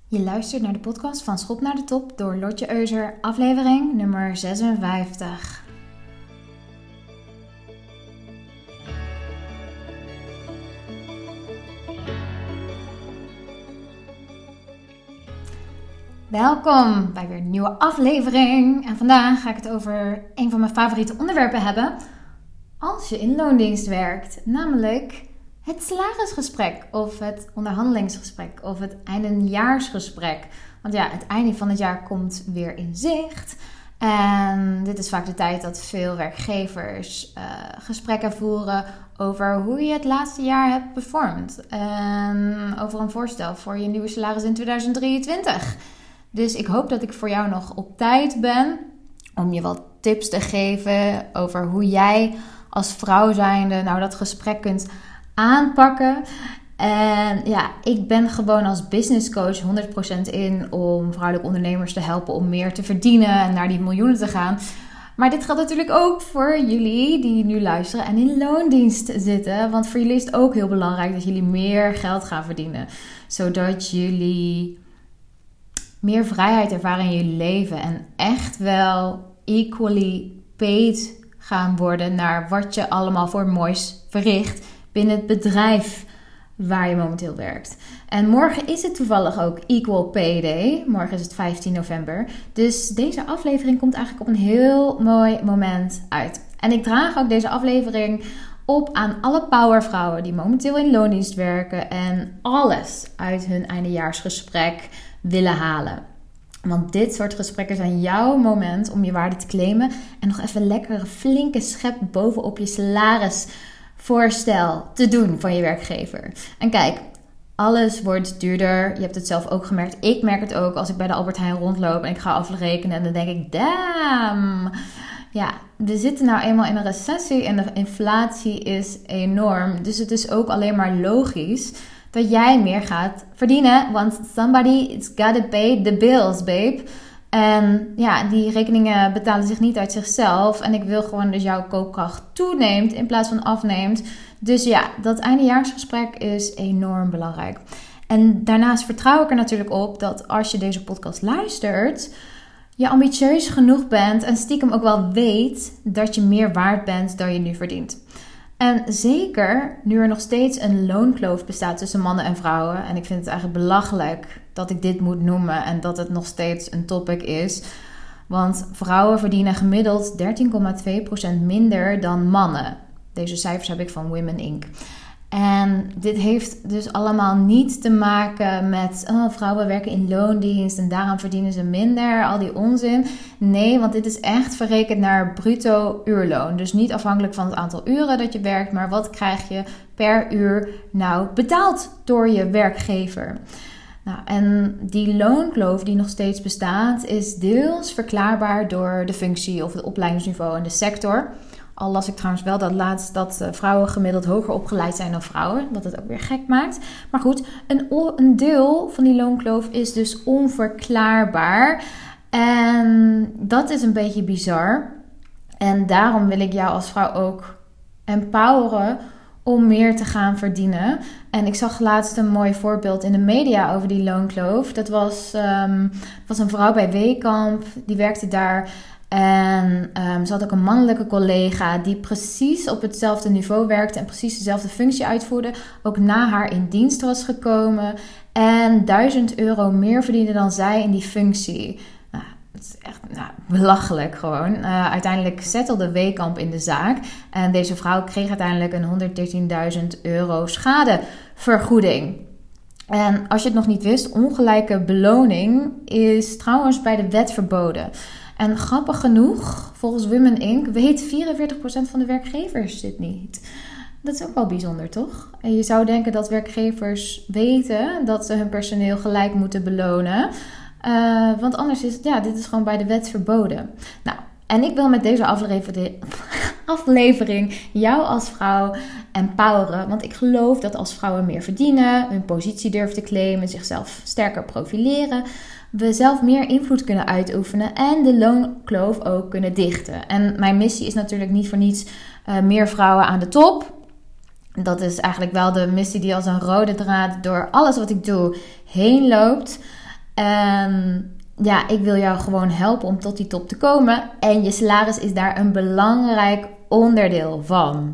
Je luistert naar de podcast van Schop naar de Top door Lotje Euser, aflevering nummer 56. Welkom bij weer een nieuwe aflevering. En vandaag ga ik het over een van mijn favoriete onderwerpen hebben als je in loondienst werkt. Namelijk het salarisgesprek of het onderhandelingsgesprek of het eindejaarsgesprek. Want ja, het einde van het jaar komt weer in zicht. En dit is vaak de tijd dat veel werkgevers gesprekken voeren over hoe je het laatste jaar hebt performed. En over een voorstel voor je nieuwe salaris in 2023. Dus ik hoop dat ik voor jou nog op tijd ben om je wat tips te geven over hoe jij als vrouw zijnde nou dat gesprek kunt aanpakken. En ja, ik ben gewoon als business coach 100% in om vrouwelijke ondernemers te helpen om meer te verdienen en naar die miljoenen te gaan. Maar dit geldt natuurlijk ook voor jullie die nu luisteren en in loondienst zitten. Want voor jullie is het ook heel belangrijk dat jullie meer geld gaan verdienen. Zodat jullie meer vrijheid ervaren in je leven en echt wel equally paid gaan worden naar wat je allemaal voor moois verricht binnen het bedrijf waar je momenteel werkt. En morgen is het toevallig ook Equal Pay Day. Morgen is het 15 november. Dus deze aflevering komt eigenlijk op een heel mooi moment uit. En ik draag ook deze aflevering op aan alle powervrouwen die momenteel in loondienst werken en alles uit hun eindejaarsgesprek willen halen. Want dit soort gesprekken zijn jouw moment om je waarde te claimen en nog even lekker een flinke schep bovenop je salarisvoorstel te doen van je werkgever. En kijk, alles wordt duurder. Je hebt het zelf ook gemerkt. Ik merk het ook als ik bij de Albert Heijn rondloop en ik ga afrekenen en dan denk ik, damn. Ja, we zitten nou eenmaal in een recessie en de inflatie is enorm. Dus het is ook alleen maar logisch dat jij meer gaat verdienen. Want somebody's gotta pay the bills, babe. En ja, die rekeningen betalen zich niet uit zichzelf. En ik wil gewoon dat jouw koopkracht toeneemt in plaats van afneemt. Dus ja, dat eindejaarsgesprek is enorm belangrijk. En daarnaast vertrouw ik er natuurlijk op dat als je deze podcast luistert, je ambitieus genoeg bent en stiekem ook wel weet dat je meer waard bent dan je nu verdient. En zeker nu er nog steeds een loonkloof bestaat tussen mannen en vrouwen. En ik vind het eigenlijk belachelijk dat ik dit moet noemen en dat het nog steeds een topic is. Want vrouwen verdienen gemiddeld 13,2% minder dan mannen. Deze cijfers heb ik van Women Inc. En dit heeft dus allemaal niet te maken met vrouwen werken in loondienst en daarom verdienen ze minder, al die onzin. Nee, want dit is echt verrekend naar bruto uurloon. Dus niet afhankelijk van het aantal uren dat je werkt, maar wat krijg je per uur nou betaald door je werkgever. Nou, en die loonkloof die nog steeds bestaat is deels verklaarbaar door de functie of het opleidingsniveau en de sector. Al las ik trouwens wel dat laatst dat vrouwen gemiddeld hoger opgeleid zijn dan vrouwen. Wat het ook weer gek maakt. Maar goed, een deel van die loonkloof is dus onverklaarbaar. En dat is een beetje bizar. En daarom wil ik jou als vrouw ook empoweren om meer te gaan verdienen. En ik zag laatst een mooi voorbeeld in de media over die loonkloof. Dat was een vrouw bij Weekamp. Die werkte daar. En ze had ook een mannelijke collega die precies op hetzelfde niveau werkte en precies dezelfde functie uitvoerde. Ook na haar in dienst was gekomen en €1000 meer verdiende dan zij in die functie. Nou, het is echt belachelijk gewoon. Uiteindelijk settelde Weekamp in de zaak en deze vrouw kreeg uiteindelijk een €113.000 schadevergoeding. En als je het nog niet wist, ongelijke beloning is trouwens bij de wet verboden. En grappig genoeg, volgens Women Inc. weet 44% van de werkgevers dit niet. Dat is ook wel bijzonder, toch? En je zou denken dat werkgevers weten dat ze hun personeel gelijk moeten belonen. Want anders is het, dit is gewoon bij de wet verboden. Nou, en ik wil met deze aflevering jou als vrouw empoweren. Want ik geloof dat als vrouwen meer verdienen, hun positie durven te claimen, zichzelf sterker profileren, we zelf meer invloed kunnen uitoefenen en de loonkloof ook kunnen dichten. En mijn missie is natuurlijk niet voor niets meer vrouwen aan de top. Dat is eigenlijk wel de missie die als een rode draad door alles wat ik doe heen loopt. Ja, ik wil jou gewoon helpen om tot die top te komen. En je salaris is daar een belangrijk onderdeel van.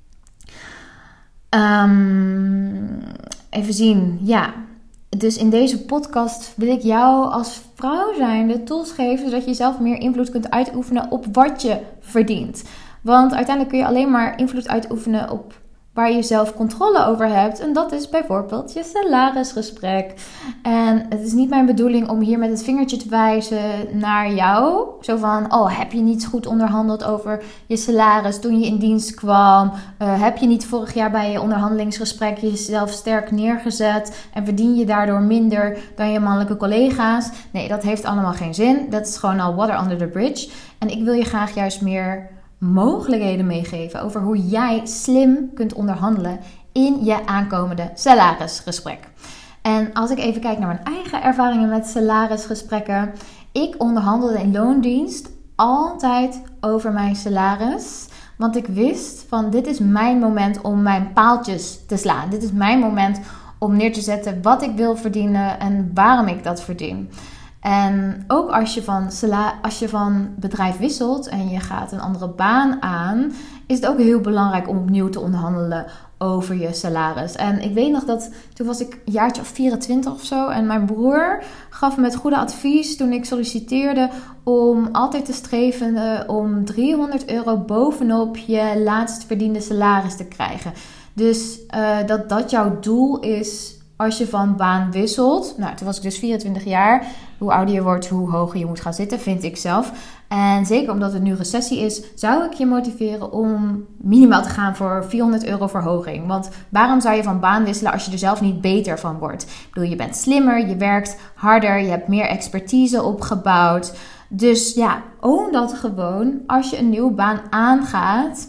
Even zien. Ja, dus in deze podcast wil ik jou als vrouw zijn de tools geven, zodat je zelf meer invloed kunt uitoefenen op wat je verdient. Want uiteindelijk kun je alleen maar invloed uitoefenen op waar je zelf controle over hebt. En dat is bijvoorbeeld je salarisgesprek. En het is niet mijn bedoeling om hier met het vingertje te wijzen naar jou. Zo van, heb je niet goed onderhandeld over je salaris toen je in dienst kwam? Heb je niet vorig jaar bij je onderhandelingsgesprek jezelf sterk neergezet? En verdien je daardoor minder dan je mannelijke collega's? Nee, dat heeft allemaal geen zin. Dat is gewoon al water under the bridge. En ik wil je graag juist meer mogelijkheden meegeven over hoe jij slim kunt onderhandelen in je aankomende salarisgesprek. En als ik even kijk naar mijn eigen ervaringen met salarisgesprekken. Ik onderhandelde in loondienst altijd over mijn salaris. Want ik wist van dit is mijn moment om mijn paaltjes te slaan. Dit is mijn moment om neer te zetten wat ik wil verdienen en waarom ik dat verdien. En ook als je van bedrijf wisselt en je gaat een andere baan aan, is het ook heel belangrijk om opnieuw te onderhandelen over je salaris. En ik weet nog dat toen was ik een jaartje of 24 of zo. En mijn broer gaf me het goede advies toen ik solliciteerde om altijd te streven om €300 bovenop je laatst verdiende salaris te krijgen. Dus dat jouw doel is als je van baan wisselt. Nou, toen was ik dus 24 jaar. Hoe ouder je wordt, hoe hoger je moet gaan zitten, vind ik zelf. En zeker omdat het nu recessie is, zou ik je motiveren om minimaal te gaan voor €400 verhoging. Want waarom zou je van baan wisselen als je er zelf niet beter van wordt? Ik bedoel, je bent slimmer, je werkt harder, je hebt meer expertise opgebouwd. Dus ja, own dat gewoon als je een nieuwe baan aangaat.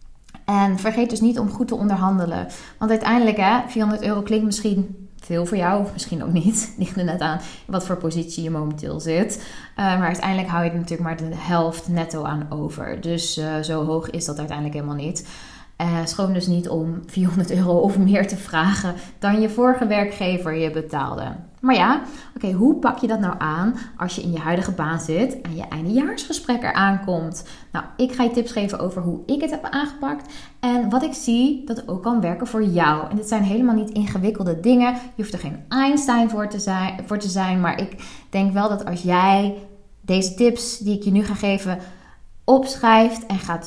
En vergeet dus niet om goed te onderhandelen. Want uiteindelijk, €400 klinkt misschien veel voor jou, misschien ook niet. Ligt er net aan wat voor positie je momenteel zit. Maar uiteindelijk hou je er natuurlijk maar de helft netto aan over. Dus zo hoog is dat uiteindelijk helemaal niet. Schroom dus niet om €400 of meer te vragen dan je vorige werkgever je betaalde. Maar ja, oké, hoe pak je dat nou aan als je in je huidige baan zit en je eindejaarsgesprek eraan komt? Nou, ik ga je tips geven over hoe ik het heb aangepakt en wat ik zie dat ook kan werken voor jou. En dit zijn helemaal niet ingewikkelde dingen. Je hoeft er geen Einstein voor te zijn, maar ik denk wel dat als jij deze tips die ik je nu ga geven opschrijft en gaat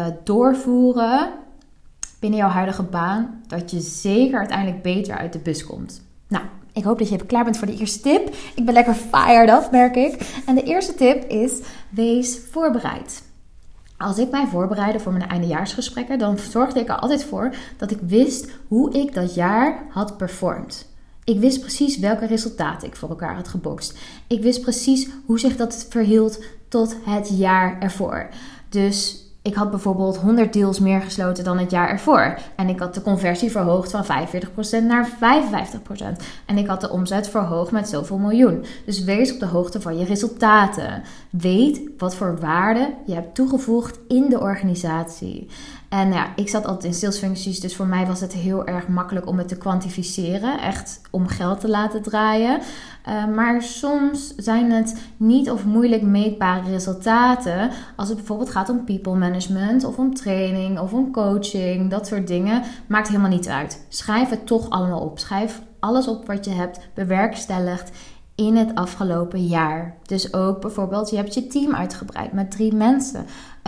doorvoeren binnen jouw huidige baan, dat je zeker uiteindelijk beter uit de bus komt. Nou, ik hoop dat je klaar bent voor de eerste tip. Ik ben lekker fired up, merk ik. En de eerste tip is, wees voorbereid. Als ik mij voorbereidde voor mijn eindejaarsgesprekken, dan zorgde ik er altijd voor dat ik wist hoe ik dat jaar had performed. Ik wist precies welke resultaten ik voor elkaar had gebokst. Ik wist precies hoe zich dat verhield tot het jaar ervoor. Dus ik had bijvoorbeeld 100 deals meer gesloten dan het jaar ervoor. En ik had de conversie verhoogd van 45% naar 55%. En ik had de omzet verhoogd met zoveel miljoen. Dus wees op de hoogte van je resultaten. Weet wat voor waarde je hebt toegevoegd in de organisatie. En ja, ik zat altijd in salesfuncties, dus voor mij was het heel erg makkelijk om het te kwantificeren. Echt om geld te laten draaien. Maar soms zijn het niet of moeilijk meetbare resultaten. Als het bijvoorbeeld gaat om people management of om training of om coaching. Dat soort dingen. Maakt helemaal niet uit. Schrijf het toch allemaal op. Schrijf alles op wat je hebt bewerkstelligd in het afgelopen jaar. Dus ook bijvoorbeeld, je hebt je team uitgebreid met 3 mensen.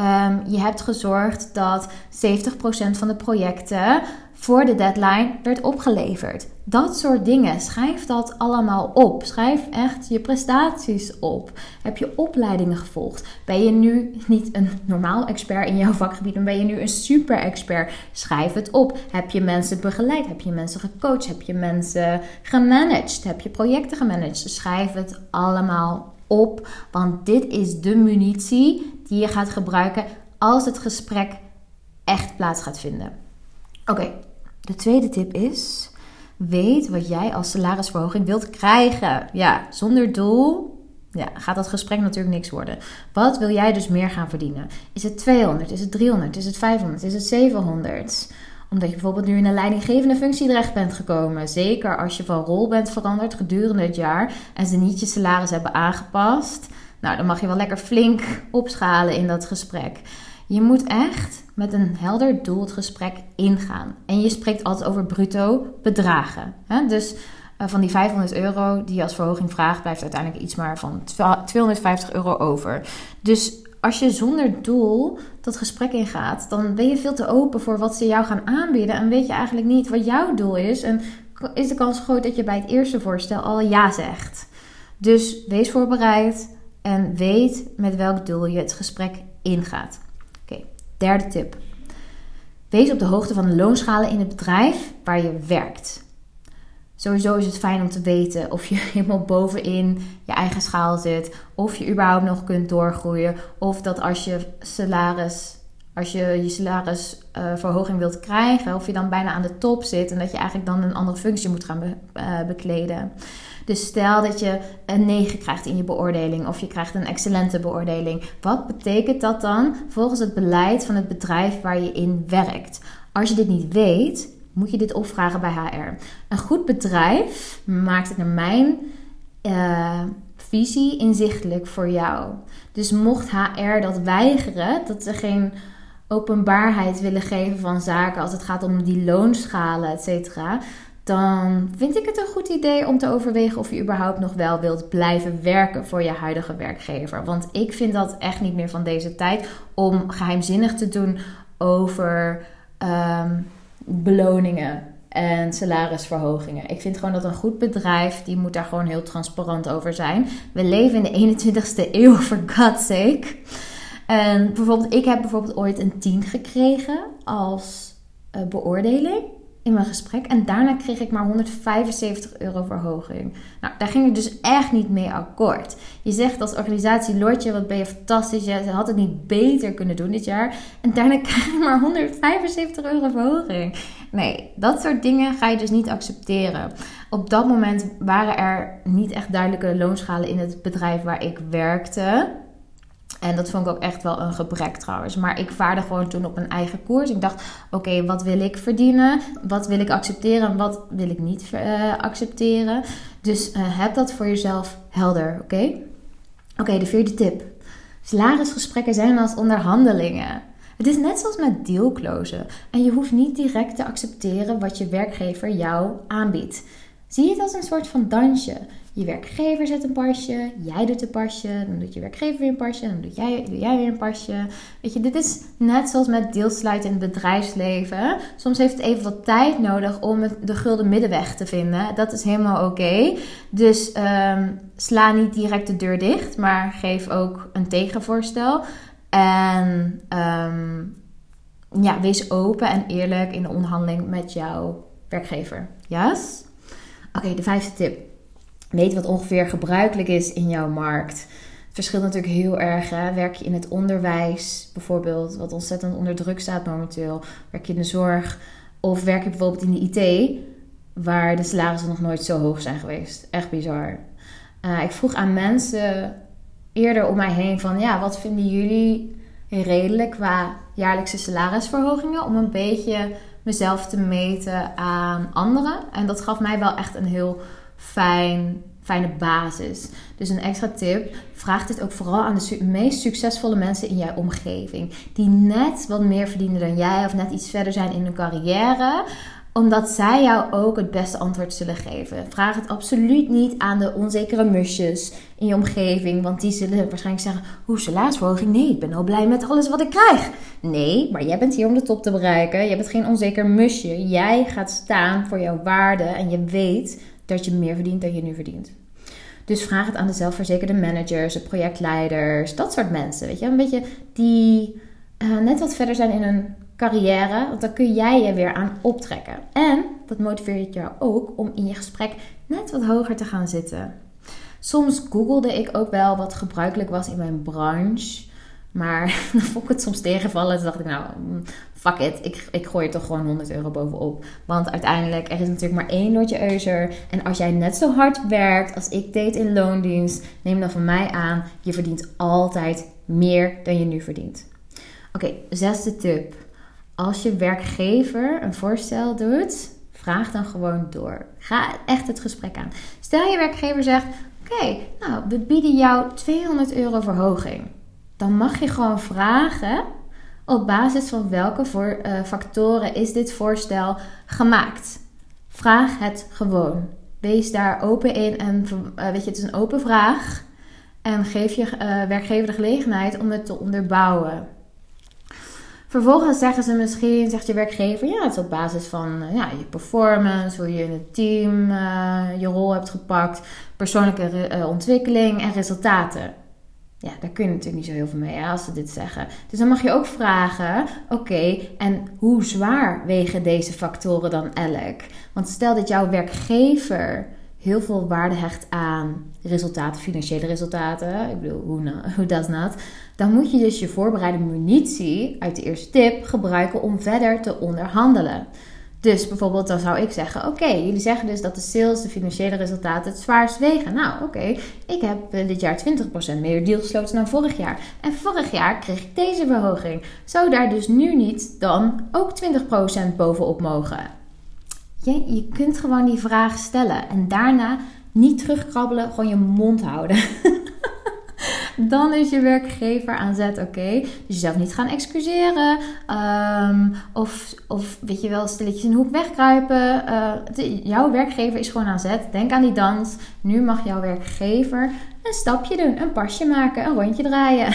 Je hebt gezorgd dat 70% van de projecten voor de deadline werd opgeleverd. Dat soort dingen. Schrijf dat allemaal op. Schrijf echt je prestaties op. Heb je opleidingen gevolgd? Ben je nu niet een normaal expert in jouw vakgebied, dan ben je nu een super expert? Schrijf het op. Heb je mensen begeleid? Heb je mensen gecoacht? Heb je mensen gemanaged? Heb je projecten gemanaged? Schrijf het allemaal op. Want dit is de munitie die je gaat gebruiken als het gesprek echt plaats gaat vinden. Oké, de tweede tip is, weet wat jij als salarisverhoging wilt krijgen. Ja, zonder doel gaat dat gesprek natuurlijk niks worden. Wat wil jij dus meer gaan verdienen? Is het 200? Is het 300? Is het 500? Is het 700? Omdat je bijvoorbeeld nu in een leidinggevende functie terecht bent gekomen. Zeker als je van rol bent veranderd gedurende het jaar en ze niet je salaris hebben aangepast. Nou, dan mag je wel lekker flink opschalen in dat gesprek. Je moet echt met een helder doel het gesprek ingaan. En je spreekt altijd over bruto bedragen. Dus van die €500 die je als verhoging vraagt, blijft uiteindelijk iets maar van €250 over. Dus als je zonder doel dat gesprek ingaat, dan ben je veel te open voor wat ze jou gaan aanbieden. En weet je eigenlijk niet wat jouw doel is. En is de kans groot dat je bij het eerste voorstel al ja zegt. Dus wees voorbereid en weet met welk doel je het gesprek ingaat. Oké, derde tip. Wees op de hoogte van de loonschalen in het bedrijf waar je werkt. Sowieso is het fijn om te weten of je helemaal bovenin je eigen schaal zit. Of je überhaupt nog kunt doorgroeien. Of dat als je salarisverhoging wilt krijgen, of je dan bijna aan de top zit en dat je eigenlijk dan een andere functie moet gaan bekleden. Dus stel dat je een 9 krijgt in je beoordeling of je krijgt een excellente beoordeling. Wat betekent dat dan volgens het beleid van het bedrijf waar je in werkt? Als je dit niet weet, moet je dit opvragen bij HR. Een goed bedrijf maakt het naar mijn visie inzichtelijk voor jou. Dus mocht HR dat weigeren, dat ze geen openbaarheid willen geven van zaken als het gaat om die loonschalen, et cetera, dan vind ik het een goed idee om te overwegen of je überhaupt nog wel wilt blijven werken voor je huidige werkgever. Want ik vind dat echt niet meer van deze tijd om geheimzinnig te doen over beloningen en salarisverhogingen. Ik vind gewoon dat een goed bedrijf, die moet daar gewoon heel transparant over zijn. We leven in de 21ste eeuw, for God's sake. En ik heb ooit een 10 gekregen als beoordeling in mijn gesprek. En daarna kreeg ik maar €175 verhoging. Nou, daar ging ik dus echt niet mee akkoord. Je zegt als organisatie, Lotje, wat ben je fantastisch. Je had het niet beter kunnen doen dit jaar. En daarna krijg ik maar €175 verhoging. Nee, dat soort dingen ga je dus niet accepteren. Op dat moment waren er niet echt duidelijke loonschalen in het bedrijf waar ik werkte. En dat vond ik ook echt wel een gebrek trouwens. Maar ik vaarde gewoon toen op een eigen koers. Ik dacht, oké, wat wil ik verdienen? Wat wil ik accepteren en wat wil ik niet accepteren? Dus heb dat voor jezelf helder, oké? Oké, de vierde tip. Salarisgesprekken zijn als onderhandelingen. Het is net zoals met dealclosen. En je hoeft niet direct te accepteren wat je werkgever jou aanbiedt. Zie het als een soort van dansje. Je werkgever zet een pasje, jij doet een pasje, dan doet je werkgever weer een pasje, dan doe jij weer een pasje. Weet je, dit is net zoals met deals sluiten in het bedrijfsleven. Soms heeft het even wat tijd nodig om de gulden middenweg te vinden. Dat is helemaal oké. Dus sla niet direct de deur dicht, maar geef ook een tegenvoorstel. En wees open en eerlijk in de onderhandeling met jouw werkgever. Yes? Oké, de vijfde tip. Weet wat ongeveer gebruikelijk is in jouw markt. Het verschilt natuurlijk heel erg. Hè? Werk je in het onderwijs bijvoorbeeld, wat ontzettend onder druk staat momenteel. Werk je in de zorg of werk je bijvoorbeeld in de IT, waar de salarissen nog nooit zo hoog zijn geweest. Echt bizar. Ik vroeg aan mensen eerder om mij heen van, ja, wat vinden jullie redelijk qua jaarlijkse salarisverhogingen? Om een beetje mezelf te meten aan anderen. En dat gaf mij wel echt een heel fijne basis. Dus een extra tip. Vraag dit ook vooral aan de meest succesvolle mensen in jouw omgeving. Die net wat meer verdienen dan jij. Of net iets verder zijn in hun carrière. Omdat zij jou ook het beste antwoord zullen geven. Vraag het absoluut niet aan de onzekere musjes in je omgeving. Want die zullen waarschijnlijk zeggen, hoe salarisverhoging? Nee, ik ben al blij met alles wat ik krijg. Nee, maar jij bent hier om de top te bereiken. Je bent geen onzeker musje. Jij gaat staan voor jouw waarde. En je weet dat je meer verdient dan je nu verdient. Dus vraag het aan de zelfverzekerde managers, de projectleiders, dat soort mensen. Weet je, een beetje die net wat verder zijn in hun carrière. Want dan kun jij je weer aan optrekken. En dat motiveert jou ook om in je gesprek net wat hoger te gaan zitten. Soms googelde ik ook wel wat gebruikelijk was in mijn branche. Maar dan vond ik het soms tegenvallen. Toen dacht ik, nou, fuck it. Ik gooi er toch gewoon €100 bovenop. Want uiteindelijk, er is natuurlijk maar één Lotje Euser. En als jij net zo hard werkt als ik deed in loondienst, neem dan van mij aan, je verdient altijd meer dan je nu verdient. Oké, zesde tip. als je werkgever een voorstel doet, vraag dan gewoon door. Ga echt het gesprek aan. Stel je werkgever zegt, oké, nou, we bieden jou €200 verhoging. Dan mag je gewoon vragen, op basis van welke factoren is dit voorstel gemaakt? Vraag het gewoon. Wees daar open in en het is een open vraag. En geef je werkgever de gelegenheid om het te onderbouwen. Vervolgens zegt je werkgever, ja, het is op basis van je performance, hoe je in het team je rol hebt gepakt, persoonlijke ontwikkeling en resultaten. Ja, daar kun je natuurlijk niet zo heel veel mee als ze dit zeggen. Dus dan mag je ook vragen, oké, en hoe zwaar wegen deze factoren dan elk? Want stel dat jouw werkgever heel veel waarde hecht aan resultaten, financiële resultaten. Ik bedoel, hoe does not? Dan moet je dus je voorbereide munitie uit de eerste tip gebruiken om verder te onderhandelen. Dus bijvoorbeeld dan zou ik zeggen, oké, jullie zeggen dus dat de sales, de financiële resultaten het zwaarst wegen. Nou, oké, ik heb dit jaar 20% meer deals gesloten dan vorig jaar. En vorig jaar kreeg ik deze verhoging. Zou daar dus nu niet dan ook 20% bovenop mogen? Je kunt gewoon die vraag stellen en daarna niet terugkrabbelen, gewoon je mond houden. Dan is je werkgever aan zet, oké. Dus jezelf niet gaan excuseren. Of weet je wel, stilletjes in de hoek wegkruipen. Jouw werkgever is gewoon aan zet. Denk aan die dans. Nu mag jouw werkgever een stapje doen. Een pasje maken. Een rondje draaien.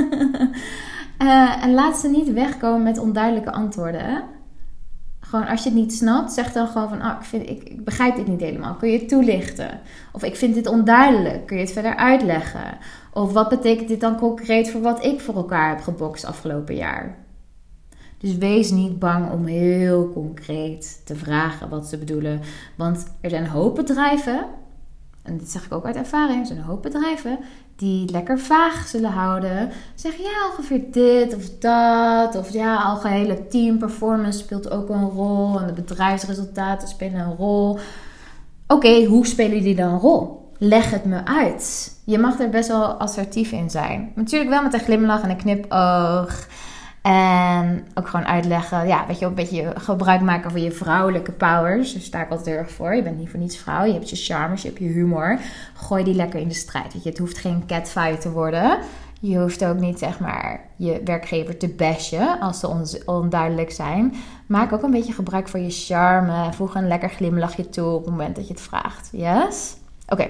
En laat ze niet wegkomen met onduidelijke antwoorden. Hè? Gewoon als je het niet snapt, zeg dan gewoon van, ik begrijp dit niet helemaal. Kun je het toelichten? Of ik vind dit onduidelijk. Kun je het verder uitleggen? Of wat betekent dit dan concreet voor wat ik voor elkaar heb gebokst afgelopen jaar? Dus wees niet bang om heel concreet te vragen wat ze bedoelen. Want er zijn een hoop bedrijven, en dit zeg ik ook uit ervaring, er zijn een hoop bedrijven die lekker vaag zullen houden. Zeggen ja, ongeveer dit of dat. Of ja, algehele team performance speelt ook een rol. En de bedrijfsresultaten spelen een rol. Oké, hoe spelen die dan een rol? Leg het me uit. Je mag er best wel assertief in zijn. Natuurlijk wel met een glimlach en een knipoog. En ook gewoon uitleggen. Ja, weet je, een beetje gebruik maken van je vrouwelijke powers. Daar sta ik altijd heel erg voor. Je bent niet voor niets vrouw. Je hebt je charmes, je hebt je humor. Gooi die lekker in de strijd. Weet je, het hoeft geen catfight te worden. Je hoeft ook niet, zeg maar, je werkgever te bashen als ze onduidelijk zijn. Maak ook een beetje gebruik van je charme. Voeg een lekker glimlachje toe op het moment dat je het vraagt. Yes? Oké.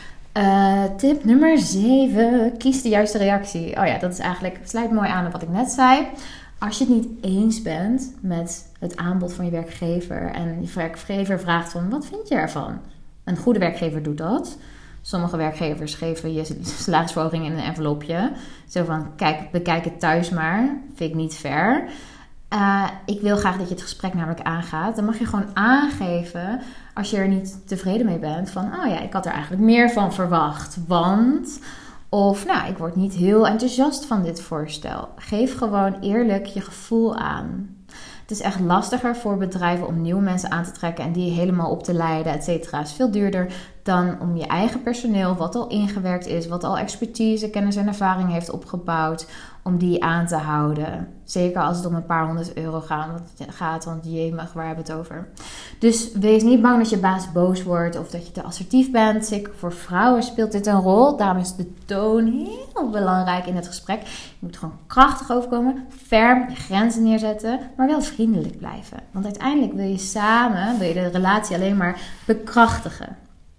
Tip nummer 7. Kies de juiste reactie. Oh ja, dat is eigenlijk, sluit mooi aan op wat ik net zei. Als je het niet eens bent met het aanbod van je werkgever en je werkgever vraagt van, wat vind je ervan? Een goede werkgever doet dat. Sommige werkgevers geven je salarisverhoging in een envelopje. Zo van, kijk, bekijk het thuis maar. Vind ik niet fair. Ik wil graag dat je het gesprek namelijk aangaat. Dan mag je gewoon aangeven, als je er niet tevreden mee bent, van, oh ja, ik had er eigenlijk meer van verwacht. Want, of nou, ik word niet heel enthousiast van dit voorstel. Geef gewoon eerlijk je gevoel aan. Het is echt lastiger voor bedrijven om nieuwe mensen aan te trekken en die helemaal op te leiden, et cetera. Het is veel duurder dan om je eigen personeel, wat al ingewerkt is, wat al expertise, kennis en ervaring heeft opgebouwd, om die aan te houden. Zeker als het om een paar €100 gaat, want jemig, waar hebben we het over? Dus wees niet bang dat je baas boos wordt of dat je te assertief bent. Zeker voor vrouwen speelt dit een rol. Daarom is de toon heel belangrijk in het gesprek. Je moet gewoon krachtig overkomen, ferm je grenzen neerzetten, maar wel vriendelijk blijven. Want uiteindelijk wil je de relatie alleen maar bekrachtigen.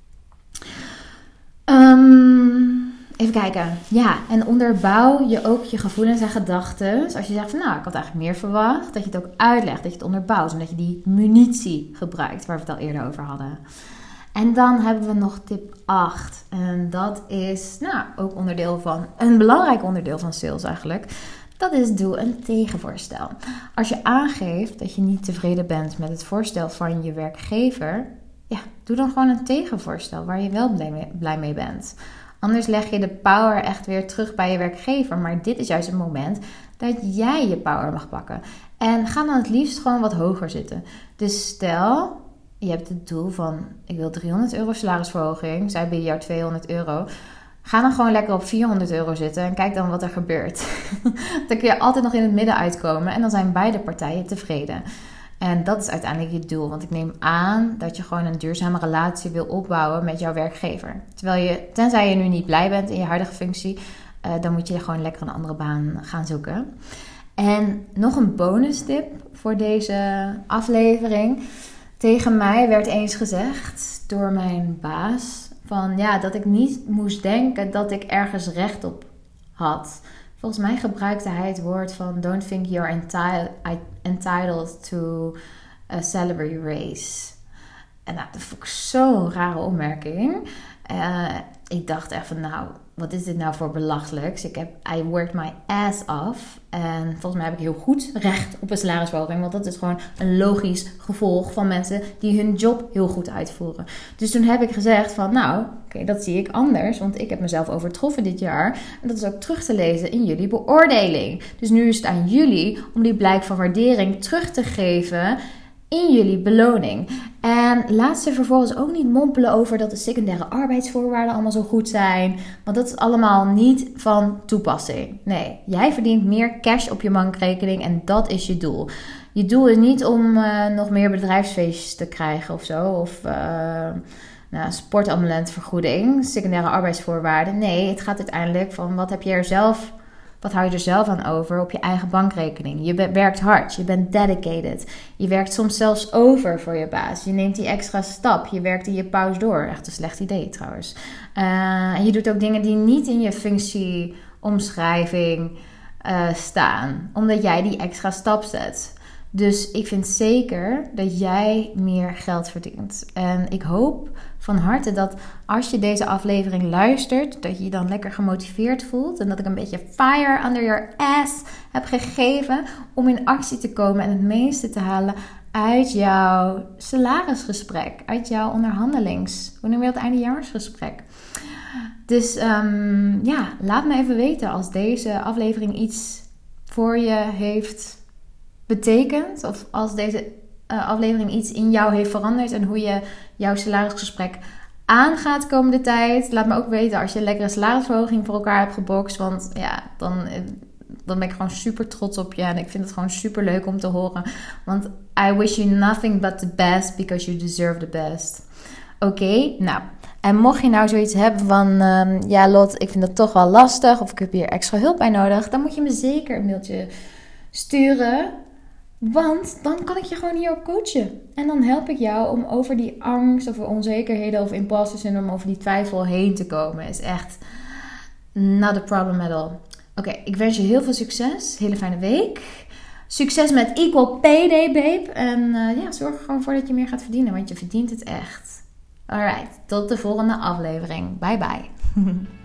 Even kijken. Ja, en onderbouw je ook je gevoelens en gedachten. Dus als je zegt van, nou, ik had eigenlijk meer verwacht. Dat je het ook uitlegt, dat je het onderbouwt. Zodat je die munitie gebruikt, waar we het al eerder over hadden. En dan hebben we nog tip 8. En dat is, ook een belangrijk onderdeel van sales eigenlijk. Dat is, doe een tegenvoorstel. Als je aangeeft dat je niet tevreden bent met het voorstel van je werkgever, ja, doe dan gewoon een tegenvoorstel waar je wel blij mee bent. Anders leg je de power echt weer terug bij je werkgever. Maar dit is juist het moment dat jij je power mag pakken. En ga dan het liefst gewoon wat hoger zitten. Dus stel, je hebt het doel van, ik wil €300 salarisverhoging. Zij bieden jou €200. Ga dan gewoon lekker op €400 zitten en kijk dan wat er gebeurt. Dan kun je altijd nog in het midden uitkomen en dan zijn beide partijen tevreden. En dat is uiteindelijk je doel. Want ik neem aan dat je gewoon een duurzame relatie wil opbouwen met jouw werkgever. Tenzij je nu niet blij bent in je huidige functie, dan moet je gewoon lekker een andere baan gaan zoeken. En nog een bonus tip voor deze aflevering. Tegen mij werd eens gezegd door mijn baas dat ik niet moest denken dat ik ergens recht op had. Volgens mij gebruikte hij het woord van don't think you're entitled to a salary raise. En dat vond ik zo'n rare opmerking. Ik dacht echt van wat is dit nou voor belachelijks? I worked my ass off. En volgens mij heb ik heel goed recht op een salarisverhoging. Want dat is gewoon een logisch gevolg van mensen die hun job heel goed uitvoeren. Dus toen heb ik gezegd van dat zie ik anders. Want ik heb mezelf overtroffen dit jaar. En dat is ook terug te lezen in jullie beoordeling. Dus nu is het aan jullie om die blijk van waardering terug te geven in jullie beloning. En laat ze vervolgens ook niet mompelen over dat de secundaire arbeidsvoorwaarden allemaal zo goed zijn. Want dat is allemaal niet van toepassing. Nee, jij verdient meer cash op je bankrekening en dat is je doel. Je doel is niet om nog meer bedrijfsfeestjes te krijgen of zo. Of sportabonnementvergoeding, secundaire arbeidsvoorwaarden. Nee, het gaat uiteindelijk van wat hou je er zelf aan over op je eigen bankrekening? Je werkt hard, je bent dedicated. Je werkt soms zelfs over voor je baas. Je neemt die extra stap, je werkt in je pauze door. Echt een slecht idee trouwens. En je doet ook dingen die niet in je functieomschrijving staan. Omdat jij die extra stap zet. Dus ik vind zeker dat jij meer geld verdient. En ik hoop van harte dat als je deze aflevering luistert, dat je je dan lekker gemotiveerd voelt. En dat ik een beetje fire under your ass heb gegeven om in actie te komen en het meeste te halen uit jouw salarisgesprek. Uit jouw hoe noem je dat, eindejaarsgesprek. Dus laat me even weten als deze aflevering iets voor je heeft betekent, of als deze aflevering iets in jou heeft veranderd en hoe je jouw salarisgesprek aangaat komende tijd. Laat me ook weten als je een lekkere salarisverhoging voor elkaar hebt gebokst, want dan ben ik gewoon super trots op je en ik vind het gewoon super leuk om te horen, want I wish you nothing but the best because you deserve the best. Oké, en mocht je nou zoiets hebben van Lot, ik vind dat toch wel lastig of ik heb hier extra hulp bij nodig, dan moet je me zeker een mailtje sturen. Want dan kan ik je gewoon hierop coachen. En dan help ik jou om over die angst, over onzekerheden of imposter syndrome, over die twijfel heen te komen. Is echt not a problem at all. Oké, ik wens je heel veel succes. Hele fijne week. Succes met Equal Pay Day, babe. En zorg er gewoon voor dat je meer gaat verdienen, want je verdient het echt. Alright, tot de volgende aflevering. Bye bye.